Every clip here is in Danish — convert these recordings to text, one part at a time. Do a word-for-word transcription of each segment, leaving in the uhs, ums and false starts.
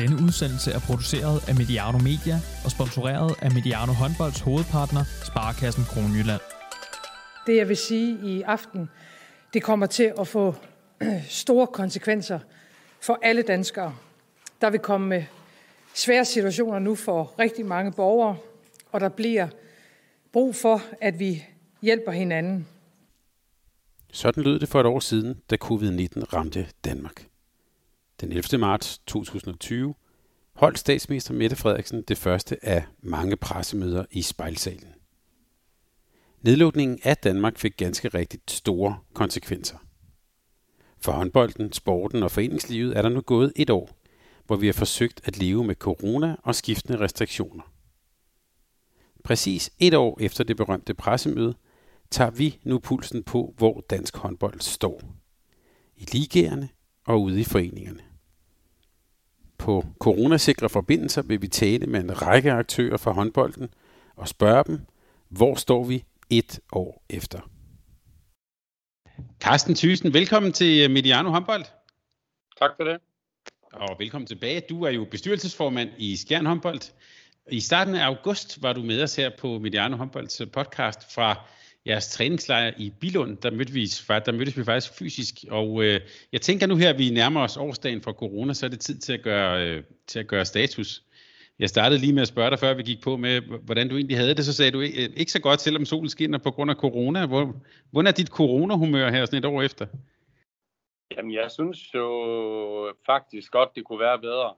Denne udsendelse er produceret af Mediano Media og sponsoreret af Mediano Håndbolds hovedpartner, Sparekassen Kronjylland. Det jeg vil sige i aften, det kommer til at få store konsekvenser for alle danskere. Der vil komme svære situationer nu for rigtig mange borgere, og der bliver brug for, at vi hjælper hinanden. Sådan lød det for et år siden, da covid nitten ramte Danmark. Den ellevte marts to tusind og tyve holdt statsminister Mette Frederiksen det første af mange pressemøder i Spejlsalen. Nedlukningen af Danmark fik ganske rigtigt store konsekvenser. For håndbolden, sporten og foreningslivet er der nu gået et år, hvor vi har forsøgt at leve med corona og skiftende restriktioner. Præcis et år efter det berømte pressemøde, tager vi nu pulsen på, hvor dansk håndbold står. I ligaerne og ude i foreningerne. På coronasikre forbindelser vil vi tale med en række aktører fra håndbolden og spørge dem, hvor står vi et år efter. Carsten Thyssen, velkommen til Mediano Håndbold. Tak for det. Og velkommen tilbage. Du er jo bestyrelsesformand i Skjern Håndbold. I starten af august var du med os her på Mediano Håndbolds podcast fra jeres træningslejr i Billund. Der mødtes vi, der mødtes vi faktisk fysisk, og øh, jeg tænker nu her, at vi nærmer os årsdagen fra corona, så er det tid til at gøre, øh, til at gøre status. Jeg startede lige med at spørge dig, før vi gik på med, hvordan du egentlig havde det. Så sagde du ikke så godt, selvom solen skinner på grund af corona. Hvor, hvordan er dit corona-humør her sådan et år efter? Jamen, jeg synes jo faktisk godt, det kunne være bedre.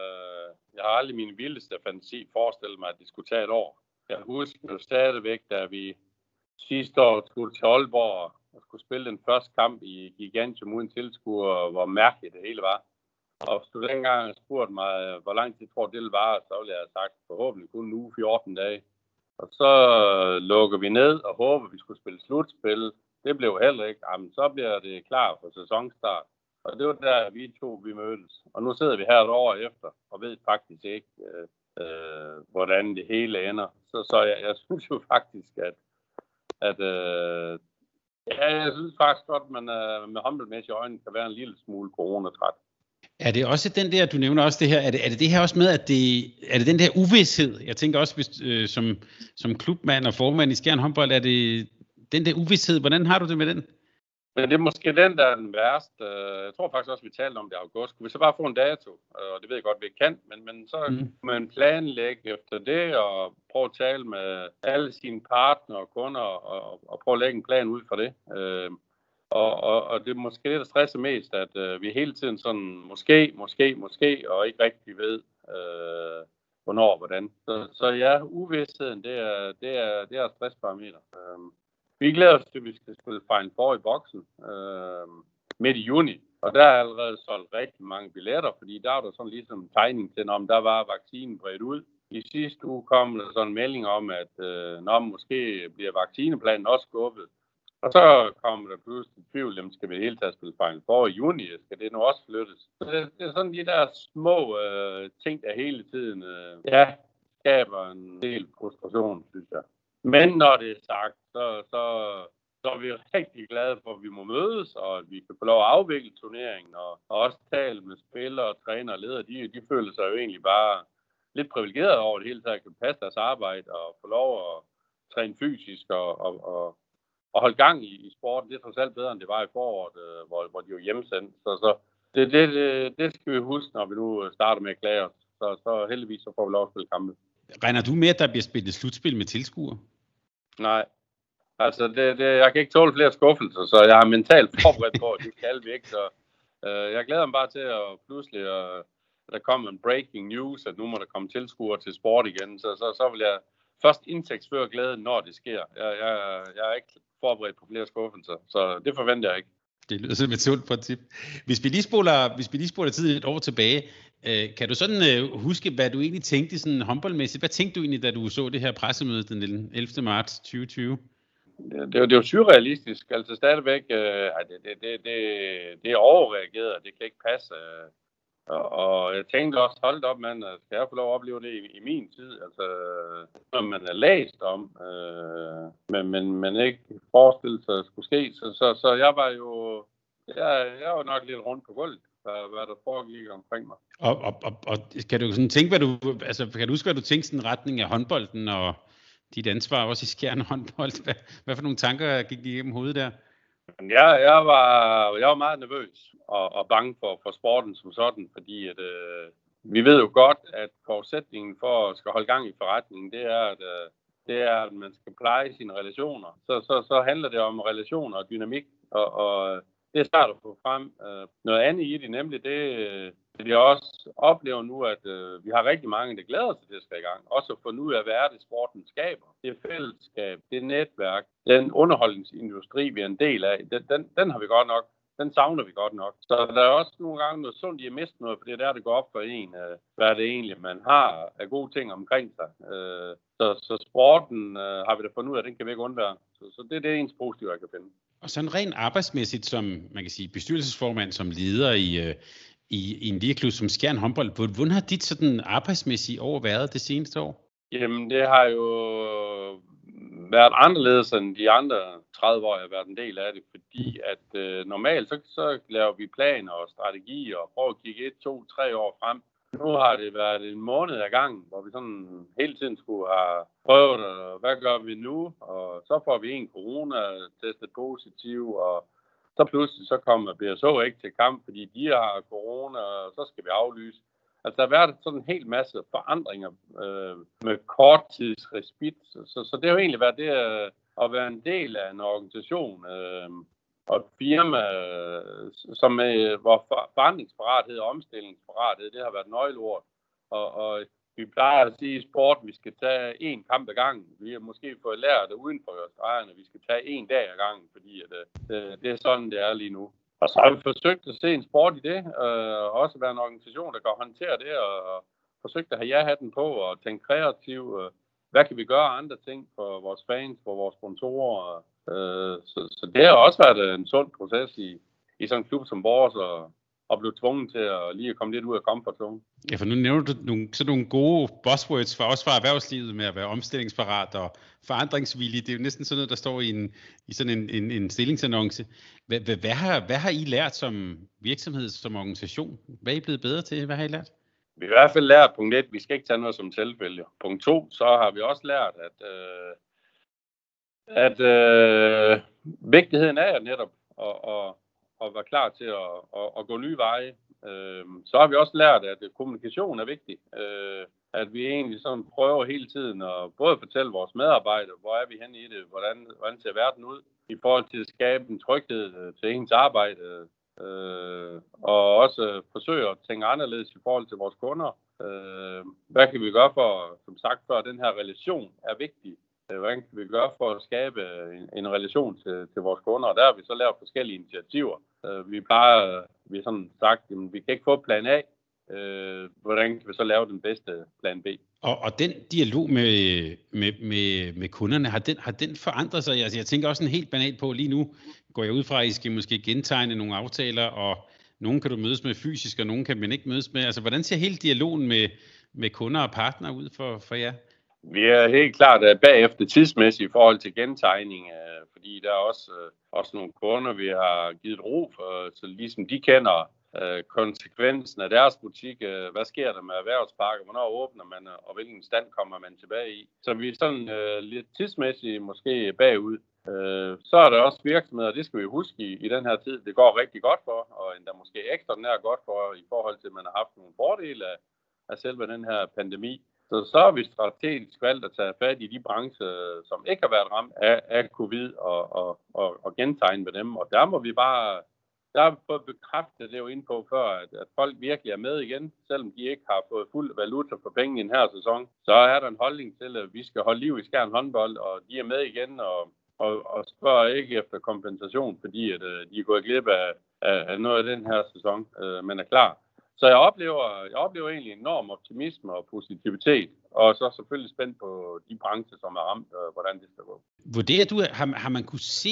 Jeg har aldrig min vildeste fantasi forestillet mig, at det skulle tage et år. Jeg husker jo stadigvæk, da vi sidste år skulle til Aalborg og skulle spille den første kamp i Gigantium uden tilskuere, hvor mærkeligt det hele var. Og hvis du dengang spurgte mig, hvor lang tid tror det ville vare, så ville jeg have sagt, forhåbentlig kun en uge, fjorten dage. Og så lukker vi ned og håber, at vi skulle spille slutspil. Det blev heller ikke. Jamen, så bliver det klar for sæsonstart. Og det var der, vi to vi mødtes. Og nu sidder vi her et år efter og ved faktisk ikke, øh, hvordan det hele ender. Så, så jeg, jeg synes jo faktisk, at, at øh, ja, jeg synes faktisk godt, at man øh, med håndboldmæssige øjne kan være en lille smule coronatræt. Er det også den der, du nævner også det her, er det, er det det her også med, at det, er det den der uvidshed? Jeg tænker også, hvis, øh, som, som klubmand og formand i Skjern Håndbold, er det den der uvidshed, hvordan har du det med den? Men det er måske den, der er den værste. Jeg tror faktisk også, vi talte om det i august. Kunne vi så bare få en dato? Og det ved jeg godt, vi ikke kan. Men, men så mm. kan man planlægge efter det, og prøve at tale med alle sine partnere og kunder, og, og prøve at lægge en plan ud for det. Og, og, og det er måske det, der stresser mest, at uh, vi hele tiden sådan, måske, måske, måske, og ikke rigtig ved, uh, hvornår og hvordan. Så, så ja, uvidstheden, det er, det er, det er stressparameter. Uh, vi glæder os til, at vi skal spille Final Four i boksen uh, midt i juni. Og der er allerede solgt rigtig mange billetter, fordi der er der sådan ligesom en tegning til, om der var vaccinen bredt ud. I sidste uge kom der sådan en melding om, at uh, når måske bliver vaccineplanen også skubbet. Og så kommer der pludselig tvivl, om skal vi hele taget spille Final Four i juni, skal det nu også flyttes. Så det, det er sådan de der små øh, ting, der hele tiden øh, ja, skaber en del frustration, synes jeg. Men når det er sagt, så, så, så er vi rigtig glade for, at vi må mødes, og at vi kan få lov at afvikle turneringen, og, og også tale med spillere, træner og ledere. De, de føler sig jo egentlig bare lidt privilegerede over det hele taget, at kan passe deres arbejde og få lov at træne fysisk og, og, og og holde gang i, i sporten. Det er trods alt bedre, end det var i foråret, øh, hvor, hvor de var hjemsendt. Så, så det, det, det, det skal vi huske, når vi nu starter med at klage os. Så, så heldigvis så får vi lov at spille kampe. Regner du med, at der bliver spillet slutspil med tilskuere? Nej. Altså, det, det, jeg kan ikke tåle flere skuffelser, så jeg er mentalt forberedt på, at det kan vi ikke. Så, øh, jeg glæder mig bare til at pludselig, øh, at der kommer en breaking news, at nu må der komme tilskuere til sport igen. Så, så, så vil jeg først indtægtsføre glæden, når det sker. Jeg, jeg, jeg er ikke forberedt på flere skuffelser, så det forventer jeg ikke. Det lyder som et sundt princip. Hvis vi lige spoler, hvis vi lige spoler tiden et år tilbage, øh, kan du sådan øh, huske, hvad du egentlig tænkte sådan håndboldmæssigt? Hvad tænkte du egentlig, da du så det her pressemøde den ellevte marts tyve tyve? Det, det, det er jo surrealistisk. Altså stadigvæk, øh, det, det, det, det, det er overreageret, det kan ikke passe. Øh. Og, og jeg tænkte også, hold op mand, skal jeg få lov at opleve det i, i min tid, altså når man er læst om, øh, men, men, men ikke forestillet sig at skulle ske, så, så, så jeg var jo, jeg, jeg var nok lidt rundt på gulvet, hvad, hvad der foregik omkring mig. Og, og, og, og kan du sådan tænke, hvad du, altså kan du huske, hvad du tænkte sådan retning af håndbolden og dit ansvar også i Skjern håndbold? Hvad, hvad for nogle tanker gik igennem hovedet der? Ja, jeg var, jeg var meget nervøs og, og bange for, for sporten som sådan, fordi at, øh, vi ved jo godt, at forudsætningen for at skal holde gang i forretningen, det er, at, øh, det er, at man skal pleje sine relationer. Så, så, så handler det om relationer og dynamik, og, og det er svært at få frem. Øh, noget andet i det, nemlig det, det jeg også oplever nu, at øh, vi har rigtig mange, der glæder sig til at skal i gang. Også at få nu af, hvad er det, sporten skaber. Det fællesskab, det netværk, den underholdningsindustri, vi er en del af, den, den, den har vi godt nok. Den savner vi godt nok. Så der er også nogle gange noget sundt i at miste noget, for det er der, det går op for en, øh, hvad det egentlig, man har af gode ting omkring sig. Øh, så, så sporten øh, har vi da fundet ud af, den kan vi ikke undvære. Så, så det er det eneste positive, jeg kan finde. Og sådan rent arbejdsmæssigt, som man kan sige, bestyrelsesformand, som leder i, i, i en lille klub som Skjern håndbold, hvordan har dit sådan arbejdsmæssige år været det seneste år? Jamen, det har jo været anderledes end de andre tredive år, jeg har været en del af det, fordi at øh, normalt så, så laver vi planer og strategier og prøver at kigge et, to, tre år frem. Nu har det været en måned ad gangen, hvor vi sådan hele tiden skulle have prøvet, og hvad gør vi nu? Og så får vi en corona-testet positiv, og så pludselig så kommer B S H ikke til kamp, fordi de har corona, og så skal vi aflyse. Altså der har været sådan en hel masse forandringer øh, med korttidsrespit, så, så, så det har jo egentlig været det øh, at være en del af en organisation øh, og et firma, øh, som øh, hvor forandringsparathed og omstillingsparathed, det har været nøgleord. Og, og vi plejer at sige i sport, at vi skal tage én kamp ad gangen. Vi har måske fået lært det uden for stregerne, vi skal tage én dag ad gangen, fordi at, øh, det er sådan, det er lige nu. Og så har vi forsøgt at se en sport i det, øh, og også være en organisation, der kan håndtere det, og, og forsøgt at have ja-hatten på, og tænke kreativt. Øh, hvad kan vi gøre andre ting for vores fans, for vores sponsorer? Øh, så, så det har også været en sund proces i, i sådan en klub som vores, og, og blive tvunget til at lige at komme lidt ud af comfort zone. Ja, for nu nævner du nogle, sådan nogle gode buzzwords for også fra erhvervslivet med at være omstillingsparat og forandringsvillig. Det er jo næsten sådan noget, der står i, en, i sådan en, en, en stillingsannonce. Hvad, hvad, hvad, har, hvad har I lært som virksomhed, som organisation? Hvad er I blevet bedre til? Hvad har I lært? Vi har i hvert fald lært, punkt et, vi skal ikke tage noget som selvfølge. Punkt to, så har vi også lært, at, øh, at øh, vigtigheden er netop at, at, at være klar til at, at, at gå nye veje. Øh, så har vi også lært, at kommunikation er vigtig. Øh, at vi egentlig sådan prøver hele tiden at både fortælle vores medarbejdere, hvor er vi henne i det, hvordan, hvordan ser verden ud, i forhold til at skabe en tryghed til ens arbejde, øh, og også forsøge at tænke anderledes i forhold til vores kunder. Øh, hvad kan vi gøre for, som sagt før, den her relation er vigtig. Hvad kan vi gøre for at skabe en, en relation til, til vores kunder? Og der har vi så lavet forskellige initiativer. Øh, vi plejer, vi har sådan sagt, jamen, vi kan ikke få plan A. Øh, hvordan kan vi så lave den bedste plan B? Og, og den dialog med, med, med, med kunderne, har den, har den forandret sig? Altså, jeg tænker også en helt banalt på, lige nu går jeg ud fra, at I skal måske gentegne nogle aftaler, og nogle kan du mødes med fysisk, og nogle kan man ikke mødes med. Altså, hvordan ser hele dialogen med, med kunder og partnere ud for, for jer? Vi er helt klart bagefter tidsmæssigt i forhold til gentegning, fordi der er også, også nogle kunder, vi har givet ro for, så ligesom de kender konsekvensen af deres butik. Hvad sker der med erhvervspakker? Hvornår åbner man, og hvilken stand kommer man tilbage i? Så vi er sådan uh, lidt tidsmæssigt måske bagud. Uh, så er der også virksomheder, det skal vi huske i, i den her tid, det går rigtig godt for, og endda måske ekstraordinært godt for, i forhold til, at man har haft nogle fordele af, af selve den her pandemi. Så, så har vi strategisk valgt at tage fat i de brancher, som ikke har været ramt af, af covid, og, og, og, og gentegne med dem. Og der må vi bare, der har vi fået bekræftet det jo inde på før, at, at folk virkelig er med igen, selvom de ikke har fået fuld valuta for penge i den her sæson. Så er der en holdning til, at vi skal holde liv i Skjern håndbold, og de er med igen, og, og, og spørger ikke efter kompensation, fordi at, uh, de er gået glip af, af, af noget af den her sæson, uh, men er klar. Så jeg oplever, jeg oplever egentlig enorm optimisme og positivitet, og så selvfølgelig spændt på de brancher, som er ramt, og hvordan det skal gå. Vurderer du, har, har man kunne se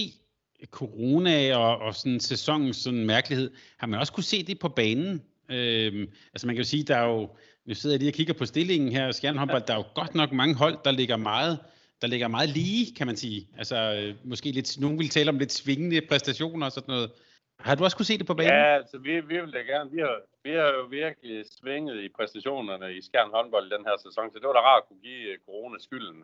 corona og, og sådan sæsonens sådan mærkelighed, har man også kunne se det på banen? Øhm, altså man kan jo sige, der er jo, nu sidder jeg lige og kigger på stillingen her, Skjern håndbold, der er jo godt nok mange hold, der ligger meget, der ligger meget lige, kan man sige. Altså øh, måske lidt, nogen vil tale om lidt svingende præstationer og sådan noget. Har du også kunne se det på banen? Ja, altså vi, vi vil da gerne. Vi har, vi har jo virkelig svinget i præstationerne i Skjern håndbold den her sæson, så det var da rart at kunne give corona skylden.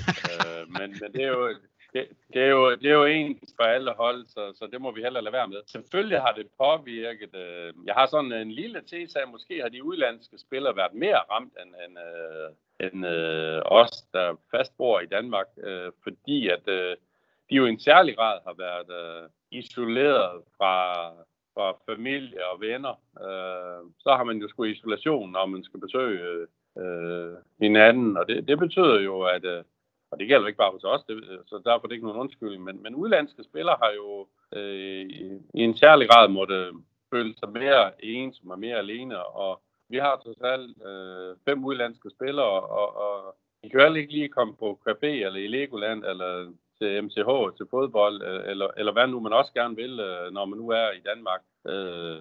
øh, men, men det er jo... Det, det, er jo, det er jo ens for alle hold, så, så det må vi heller lade være med. Selvfølgelig har det påvirket. Øh, jeg har sådan en lille tese af, måske har de udlandske spillere været mere ramt end, end, øh, end øh, os, der fast bor i Danmark. Øh, fordi at øh, de jo i en særlig grad har været øh, isoleret fra, fra familie og venner. Øh, så har man jo sgu isolation, når man skal besøge øh, hinanden. Og det, det betyder jo, at... Øh, Og det gælder ikke bare hos os, det, så derfor er det ikke nogen undskyldning. Men, men udlandske spillere har jo øh, i, i en særlig grad måtte føle sig mere ensomme og mere alene. Og vi har totalt øh, fem udlandske spillere, og, og de kan jo ikke lige komme på café eller i Legoland eller til M C H, til fodbold, eller, eller hvad nu man også gerne vil, når man nu er i Danmark. Øh,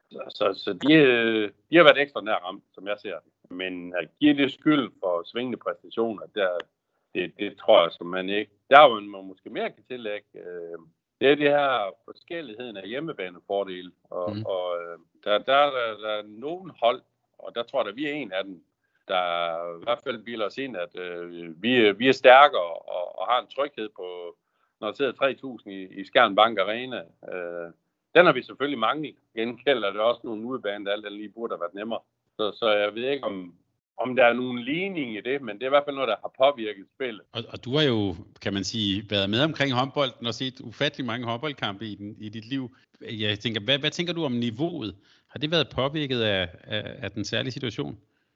så så de, de har været ekstra nær ramt, som jeg ser det. Men at give det skyld for svingende præstationer, der Det, det tror jeg, som man ikke. Der er jo man måske mere kan tillægge. Øh, det er det her forskelligheden af hjemmebanefordele. Og, mm. og der, der, der, der er nogen hold, og der tror jeg, at vi er en af dem, der i hvert fald bilder os ind, at øh, vi, vi er stærkere og, og har en tryghed på, når der sidder tre tusind i, i Skjern Bank Arena. Øh, den har vi selvfølgelig manglet. Gengæld er det også nogle udebane, der alt andet lige burde have været nemmere. Så, så jeg ved ikke, om Om der er nogen ligning i det, men det er i hvert fald noget, der har påvirket spillet. Og, og du har jo, kan man sige, været med omkring håndbolden og set ufattelig mange håndboldkampe i, den, i dit liv. Jeg tænker, hvad, hvad tænker du om niveauet? Har det været påvirket af, af, af den særlige situation?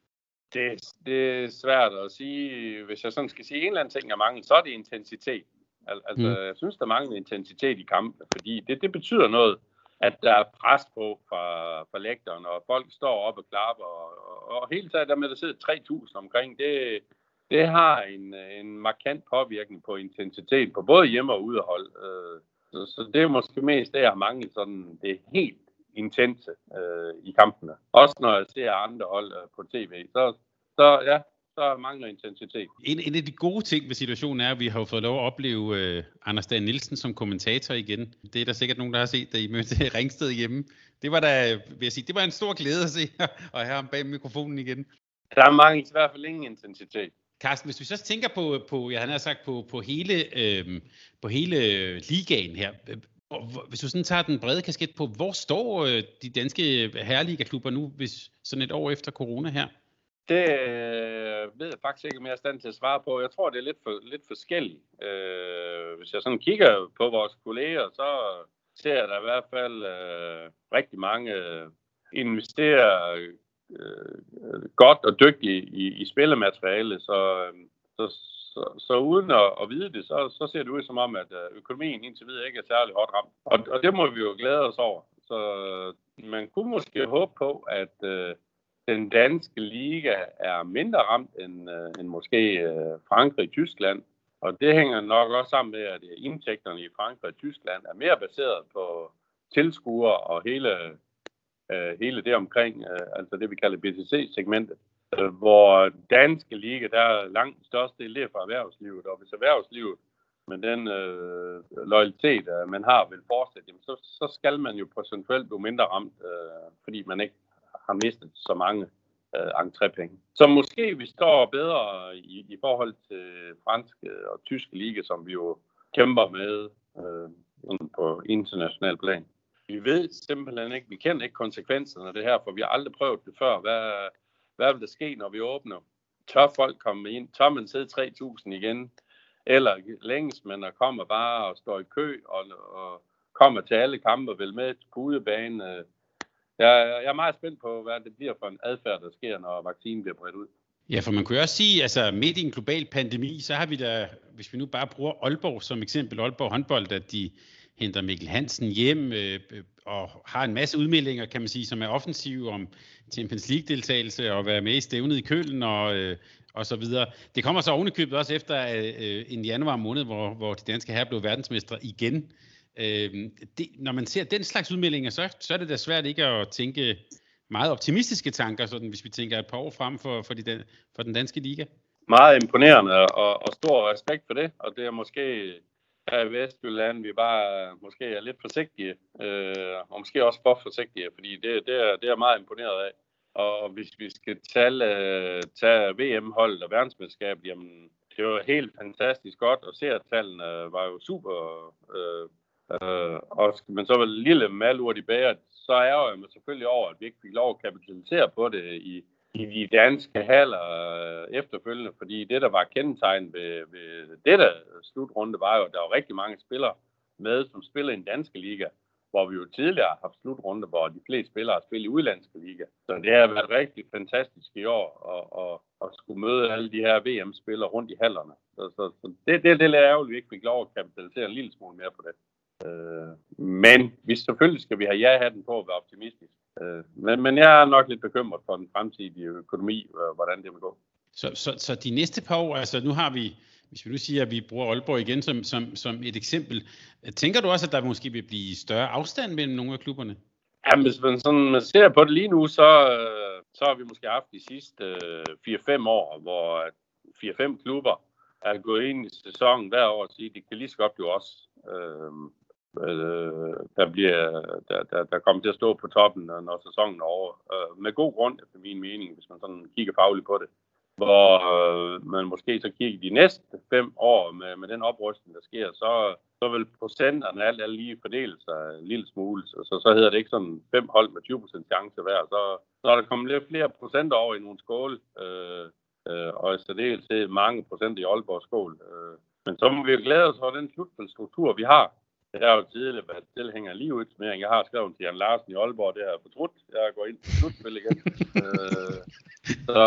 Det, det er svært at sige. Hvis jeg sådan skal sige en eller anden ting, jeg mangler, så er det intensitet. Altså, mm. jeg synes, der mangler intensitet i kampen, fordi det, det betyder noget, at der er pres på fra, fra lægterne, og folk står op og klapper, og, og, og hele tiden der med, der sidder tre tusind omkring, det, det har en, en markant påvirkning på intensitet, på både hjemme- og udehold. Så, så det er måske mest det, jeg har manglet, sådan det helt intense øh, i kampene. Også når jeg ser andre hold øh, på tv, så, så ja, så mangler intensitet. En, en af de gode ting ved situationen er, at vi har jo fået lov at opleve øh, Anders Dan Nielsen som kommentator igen. Det er der sikkert nogen, der har set, da I mødte Ringsted hjemme. Det var da, vil jeg sige, det var en stor glæde at se, og have ham bag mikrofonen igen. Der mangler i hvert fald ingen intensitet. Carsten, hvis vi så tænker på, på jeg har sagt på, på hele, øh, på hele ligaen her, hvis du sådan tager den brede kasket på, hvor står øh, de danske herreligaklubber nu, hvis sådan et år efter corona her? Det øh, ved jeg faktisk ikke, om jeg er i stand til at svare på. Jeg tror, det er lidt, for, lidt forskelligt. Øh, hvis jeg sådan kigger på vores kolleger, så ser jeg der i hvert fald øh, rigtig mange investere øh, godt og dygtigt i, i spillemateriale. Så, så, så, så uden at, at vide det, så, så ser det ud som om, at økonomien indtil videre ikke er særlig hårdt ramt. Og, og det må vi jo glæde os over. Så man kunne måske håbe på, at øh, den danske liga er mindre ramt end, øh, end måske øh, Frankrig og Tyskland. Og det hænger nok også sammen med, at indtægterne i Frankrig og Tyskland er mere baseret på tilskuere og hele, øh, hele det omkring, øh, altså det vi kalder B T C-segmentet. Øh, hvor danske liga, der er langt største del det fra erhvervslivet. Og hvis erhvervslivet med den øh, loyalitet, øh, man har, vil fortsætte, jamen, så, så skal man jo procentuelt blive mindre ramt, øh, fordi man ikke har mistet så mange øh, entrépenge. Så måske vi står bedre i, i forhold til franske og tyske liga, som vi jo kæmper med øh, på international plan. Vi ved simpelthen ikke, vi kender ikke konsekvenserne af det her, for vi har aldrig prøvet det før. Hvad, hvad vil der ske, når vi åbner? Tør folk komme ind? Tør man sidde tre tusind igen? Eller længstmænd kommer bare og står i kø og, og kommer til alle kampe, vel med på udebane. Jeg, jeg er meget spændt på, hvad det bliver for en adfærd, der sker, når vaccinen bliver bredt ud. Ja, for man kunne jo også sige, altså midt i en global pandemi, så har vi da, hvis vi nu bare bruger Aalborg som eksempel, Aalborg håndbold, at de henter Mikkel Hansen hjem øh, og har en masse udmeldinger, kan man sige, som er offensive om Champions League-deltagelse og være med i stævnet i Køln og, øh, og så videre. Det kommer så ovenikøbet også efter øh, en januar måned, hvor, hvor de danske herrer blev verdensmestre igen. Øh, det, når man ser den slags udmeldinger, så, så er det da svært ikke at tænke meget optimistiske tanker, sådan, hvis vi tænker et par år frem for, for, de, for den danske liga. Meget imponerende og, og stor respekt for det, og det er måske her i Vestjylland, vi bare måske er lidt forsigtige, øh, og måske også for forsigtige, fordi det, det, er, det er jeg meget imponeret af. Og hvis vi skal tage, tage V M-holdet og verdensmesterskabet, jamen det var helt fantastisk godt, og seertallene var jo super. Øh, øh, og men så var det lille malurt i bæret, så er jeg mig selvfølgelig over, at vi ikke fik lov at kapitalisere på det i, i de danske haller efterfølgende, fordi det, der var kendetegn ved, ved dette slutrunde, var jo, at der var rigtig mange spillere med, som spiller i den danske liga, hvor vi jo tidligere har haft slutrunde, hvor de fleste spillere har spillet i udlandske liga. Så det har været rigtig fantastisk i år at, at, at skulle møde alle de her V M-spillere rundt i hallerne. Så, så, så det, det, det er ærgerligt, vi ikke fik lov at kapitalisere en lille smule mere på det. Øh, men vi, selvfølgelig skal vi have ja-hatten på at være optimistisk. Øh, men, men jeg er nok lidt bekymret for den fremtidige økonomi, hvordan det vil gå. Så, så, så de næste par år, altså nu har vi, hvis vi nu siger, at vi bruger Aalborg igen som, som, som et eksempel, tænker du også, at der måske vil blive større afstand mellem nogle af klubberne? Ja, hvis man sådan ser på det lige nu, så, så har vi måske haft de sidste fire fem år, hvor fire fem klubber er gået ind i sæsonen hver år og sige, at det kan lige så godt blive os, øh, øh, der, bliver, der, der, der kommer til at stå på toppen, når sæsonen er over. Øh, med god grund, efter min mening, hvis man sådan kigger fagligt på det. Hvor øh, man måske så kigger de næste fem år med, med den oprustning, der sker, så, så vil procenterne alt, alt lige fordele sig en lille smule. Så, så, så hedder det ikke sådan fem hold med tyve procent chance hver. Så, så er der kommet lidt flere procenter over i nogle skåle, øh, øh, og i særdeleshed mange procent i Aalborg skål. Øh. Men så må vi jo glæde os over den slutspilsstruktur, vi har. Det har jo tidligere været tilhænger af ligeudturnering. Jeg har skrevet til Jan Larsen i Aalborg, det har jeg fortrudt. Jeg går ind på slutspil igen. øh, så,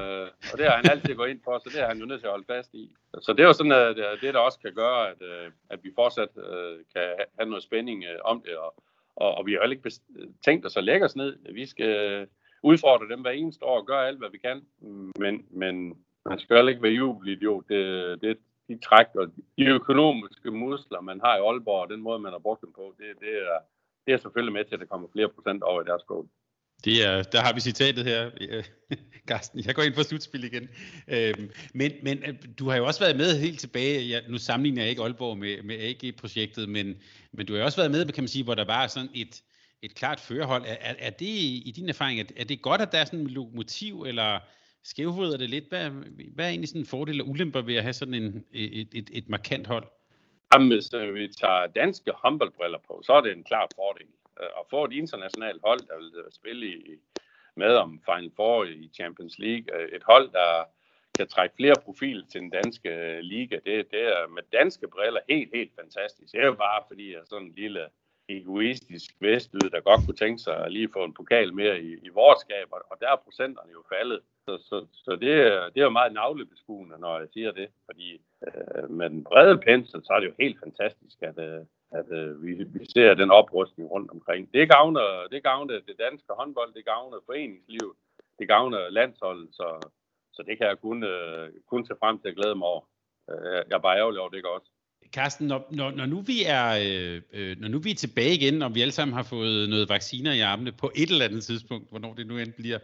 og det har han altid gået ind for, så det har han jo nødt til at holde fast i. Så det er jo sådan, at det der også kan gøre, at, at vi fortsat kan have noget spænding om det. Og, og, og vi har heller ikke tænkt os at lægge os ned. Vi skal udfordre dem hver eneste år og gøre alt, hvad vi kan. Men, men man skal heller ikke være jubelidiot. Det, det de træk og de økonomiske muskler, man har i Aalborg, og den måde, man har brugt dem på, det, det, er, det er selvfølgelig med til, at der kommer flere procent over i deres skål. Det er, der har vi citatet her, Carsten. Jeg går ind for slutspil igen. Øhm, men, men du har jo også været med helt tilbage, ja, nu sammenligner jeg ikke Aalborg med, med A G-projektet, men, men du har jo også været med, kan man sige, hvor der var sådan et, et klart førerhold. Er, er, er det i din erfaring, er, er det godt, at der er sådan en lokomotiv, eller skævvrider det lidt? Hvad, hvad er egentlig sådan en fordel og ulemper ved at have sådan en, et, et, et markant hold? Jamen, hvis vi tager danske håndboldbriller på, så er det en klar fordel. At få et internationalt hold, der vil spille i, med om Final Four i Champions League, et hold, der kan trække flere profiler til den danske liga, det, det er med danske briller helt, helt fantastisk. Det er jo bare fordi, jeg er sådan en lille egoistisk vestjyde, der godt kunne tænke sig at lige få en pokal mere i, i vores skab, og der er procenterne jo faldet. Så, så, så det, er, det er jo meget navlebeskuende, når jeg siger det, fordi øh, med den brede pensel, så er det jo helt fantastisk, at, øh, at øh, vi, vi ser den oprustning rundt omkring. Det gavner det, gavner det danske håndbold, det gavner foreningslivet, det gavner landsholdet, så, så det kan jeg kun, øh, kun se frem til at glæde mig over. Jeg er bare ærgerlig over det også. Carsten, når, når, når, nu vi er, øh, når nu vi er tilbage igen, og vi alle sammen har fået noget vacciner i armene på et eller andet tidspunkt, hvornår det nu end bliver,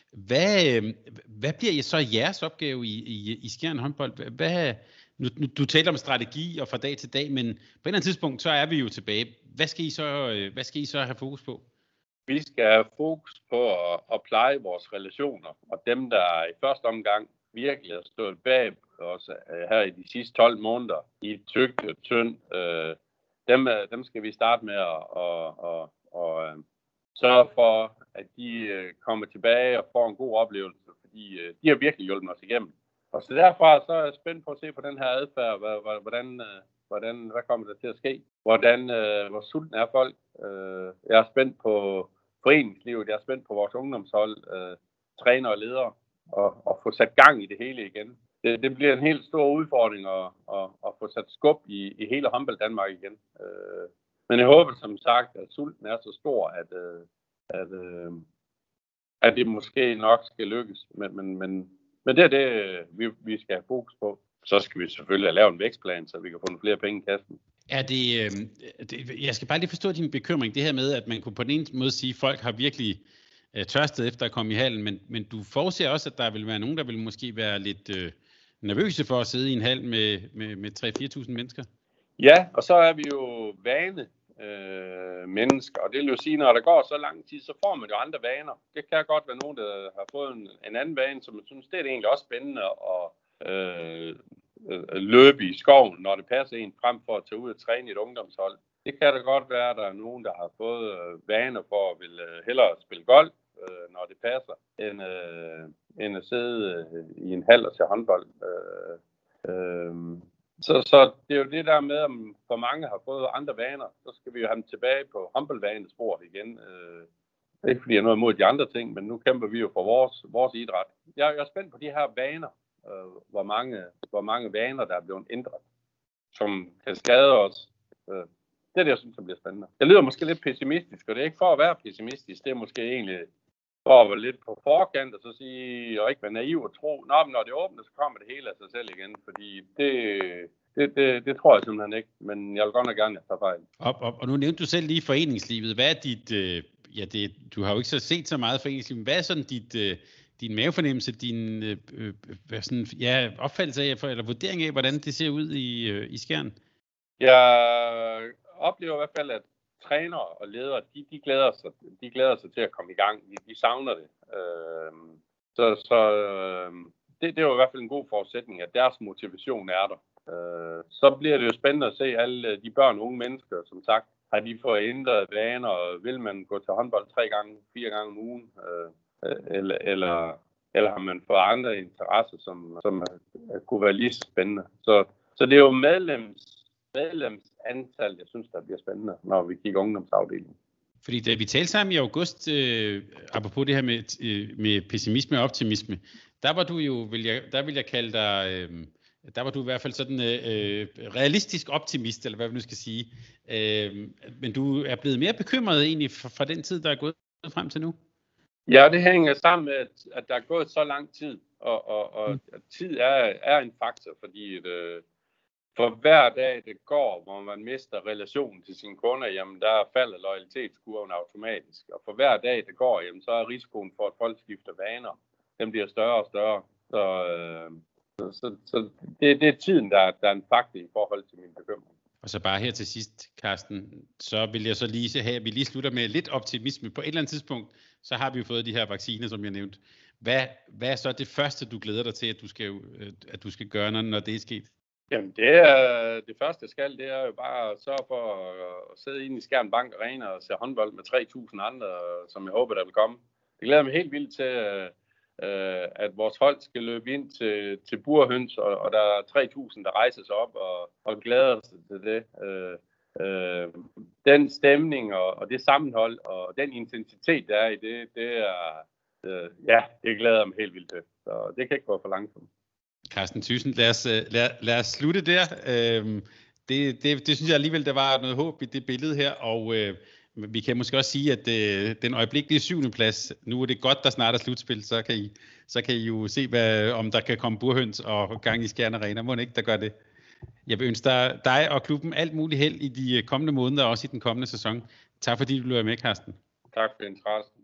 hvad, øh, hvad bliver så jeres opgave i, i, i Skjern håndbold? Hvad, nu, nu, du taler om strategi og fra dag til dag, men på et eller andet tidspunkt, så er vi jo tilbage. Hvad skal I så, øh, hvad skal I så have fokus på? Vi skal have fokus på at, at pleje vores relationer, og dem, der i første omgang virkelig har stået bag os her i de sidste tolv måneder i tykt og tynd. Øh, dem, dem skal vi starte med at og, og, og, øh, sørge for, at de øh, kommer tilbage og får en god oplevelse, fordi øh, de har virkelig hjulpet os igennem. Og så derfra så er jeg spændt på at se på den her adfærd, hvordan, øh, hvordan, hvad kommer der til at ske, hvordan, øh, hvor sulten er folk. Øh, jeg er spændt på foreningslivet, jeg er spændt på vores ungdomshold, øh, træner og ledere, og, og få sat gang i det hele igen. Det, det bliver en helt stor udfordring at, at, at få sat skub i, i hele håndbold Danmark igen. Øh, men jeg håber som sagt, at sulten er så stor, at, at, at det måske nok skal lykkes. Men, men, men, men det er det, vi, vi skal have fokus på. Så skal vi selvfølgelig have lavet en vækstplan, så vi kan få nogle flere penge i kassen. Er det, øh, det, jeg skal bare lige forstå din bekymring, det her med, at man kunne på den ene måde sige, at folk har virkelig øh, tørstet efter at komme i hallen, men, men du forudser også, at der vil være nogen, der vil måske være lidt øh, nervøse for at sidde i en hal med, med, med tre til fire tusind mennesker? Ja, og så er vi jo vane øh, mennesker, og det vil jo sige, når der går så lang tid, så får man jo andre vaner. Det kan godt være nogen, der har fået en, en anden vane, som man synes, det er det egentlig også spændende at øh, øh, løbe i skoven, når det passer en, frem for at tage ud og træne i et ungdomshold. Det kan da godt være, at der er nogen, der har fået øh, vaner for at vil øh, hellere spille golf, øh, når det passer, end, øh, end at sidde øh, i en hal og se håndbold. Øh, øh, Så, så det er jo det der med, om for mange har fået andre vaner, så skal vi jo have dem tilbage på håndboldvanesporet igen. Øh, ikke fordi jeg er noget imod de andre ting, men nu kæmper vi jo for vores, vores idræt. Jeg er spændt på de her vaner, øh, hvor, mange, hvor mange vaner, der er blevet ændret, som kan skade os. Øh, det er det, jeg synes, der bliver spændende. Jeg lyder måske lidt pessimistisk, og det er ikke for at være pessimistisk, det er måske egentlig for at være lidt på forkant og så sige, og ikke være naiv og tro, nå, men når det åbner, så kommer det hele af sig selv igen, fordi det, det, det, det tror jeg simpelthen ikke, men jeg vil godt nok gerne, at jeg tager fejl. Og, og, og nu nævnte du selv lige foreningslivet. Hvad er dit, øh, ja, det, du har jo ikke så set så meget foreningslivet, hvad er sådan dit, øh, din mavefornemmelse, din øh, øh, sådan, ja, opfattelse af, eller vurdering af, hvordan det ser ud i, øh, i Skjern? Jeg oplever i hvert fald, at trænere og ledere, de, de, glæder sig, de glæder sig til at komme i gang. De, de savner det. Øh, så så øh, det, det er jo i hvert fald en god forudsætning, at deres motivation er der. Øh, så bliver det jo spændende at se alle de børn og unge mennesker, som sagt, har de fået ændret vaner, og vil man gå til håndbold tre gange, fire gange om ugen, øh, eller, eller, eller har man fået andre interesser, som, som kunne være lige så spændende. Så, så det er jo medlems medlemsantal, jeg synes, der bliver spændende, når vi kigger ungdomsafdelingen. Fordi da vi talte sammen i august, øh, apropos det her med, øh, med pessimisme og optimisme, der var du jo, vil jeg, der vil jeg kalde dig, øh, der var du i hvert fald sådan øh, realistisk optimist, eller hvad vi nu skal sige. Øh, men du er blevet mere bekymret egentlig fra, fra den tid, der er gået frem til nu? Ja, det hænger sammen med, at, at der er gået så lang tid, og, og, og mm. tid er, er en faktor, fordi øh, for hver dag det går, hvor man mister relationen til sine kunder, jamen der falder loyalitetskurven automatisk. Og for hver dag det går, jamen så er risikoen for, at folk skifter vaner, den bliver større og større. Så, øh, så, så, så det, det er tiden, der, der er en faktor i forhold til min bekymring. Og så bare her til sidst, Carsten, så vil jeg så lige have, at vi lige slutter med lidt optimisme. På et eller andet tidspunkt, så har vi jo fået de her vacciner, som jeg nævnte. Hvad, hvad er så det første, du glæder dig til, at du skal, at du skal gøre, når, når det er sket? Jamen det, er, det første jeg skal, det er jo bare at sørge for at sidde inde i Skjern Bank Arena og se håndbold med tre tusind andre, som jeg håber, der vil komme. Jeg glæder mig helt vildt til, at vores hold skal løbe ind til, til burhøns, og, og der er tre tusind, der rejser sig op og, og glæder sig til det. Den stemning og, og det sammenhold og den intensitet, der er i det, det er, ja, det glæder mig helt vildt til. Så det kan ikke gå for langsomt. Carsten Thyssen, lad os, lad, lad os slutte der. Øhm, det, det, det synes jeg alligevel, der var noget håb i det billede her, og øh, vi kan måske også sige, at øh, den øjeblikkelige syvende plads, nu er det godt, der snart er slutspil, så kan I, så kan I jo se, hvad, om der kan komme burhøns og gang i Skjern Arena. Må ikke, der gør det. Jeg vil ønske dig, dig og klubben alt muligt held i de kommende måneder, og også i den kommende sæson. Tak fordi du blev med, Carsten. Tak for interessen.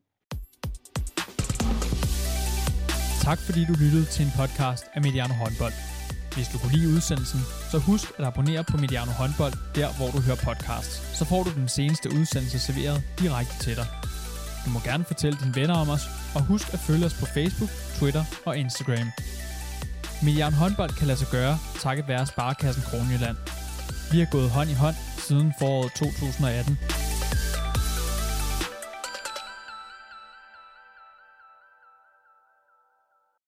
Tak fordi du lyttede til en podcast af Mediano Håndbold. Hvis du kunne lide udsendelsen, så husk at abonnere på Mediano Håndbold, der hvor du hører podcasts. Så får du den seneste udsendelse serveret direkte til dig. Du må gerne fortælle dine venner om os, og husk at følge os på Facebook, Twitter og Instagram. Mediano Håndbold kan lade sig gøre, takket være Sparekassen Kronjylland. Vi har gået hånd i hånd siden foråret to tusind og atten.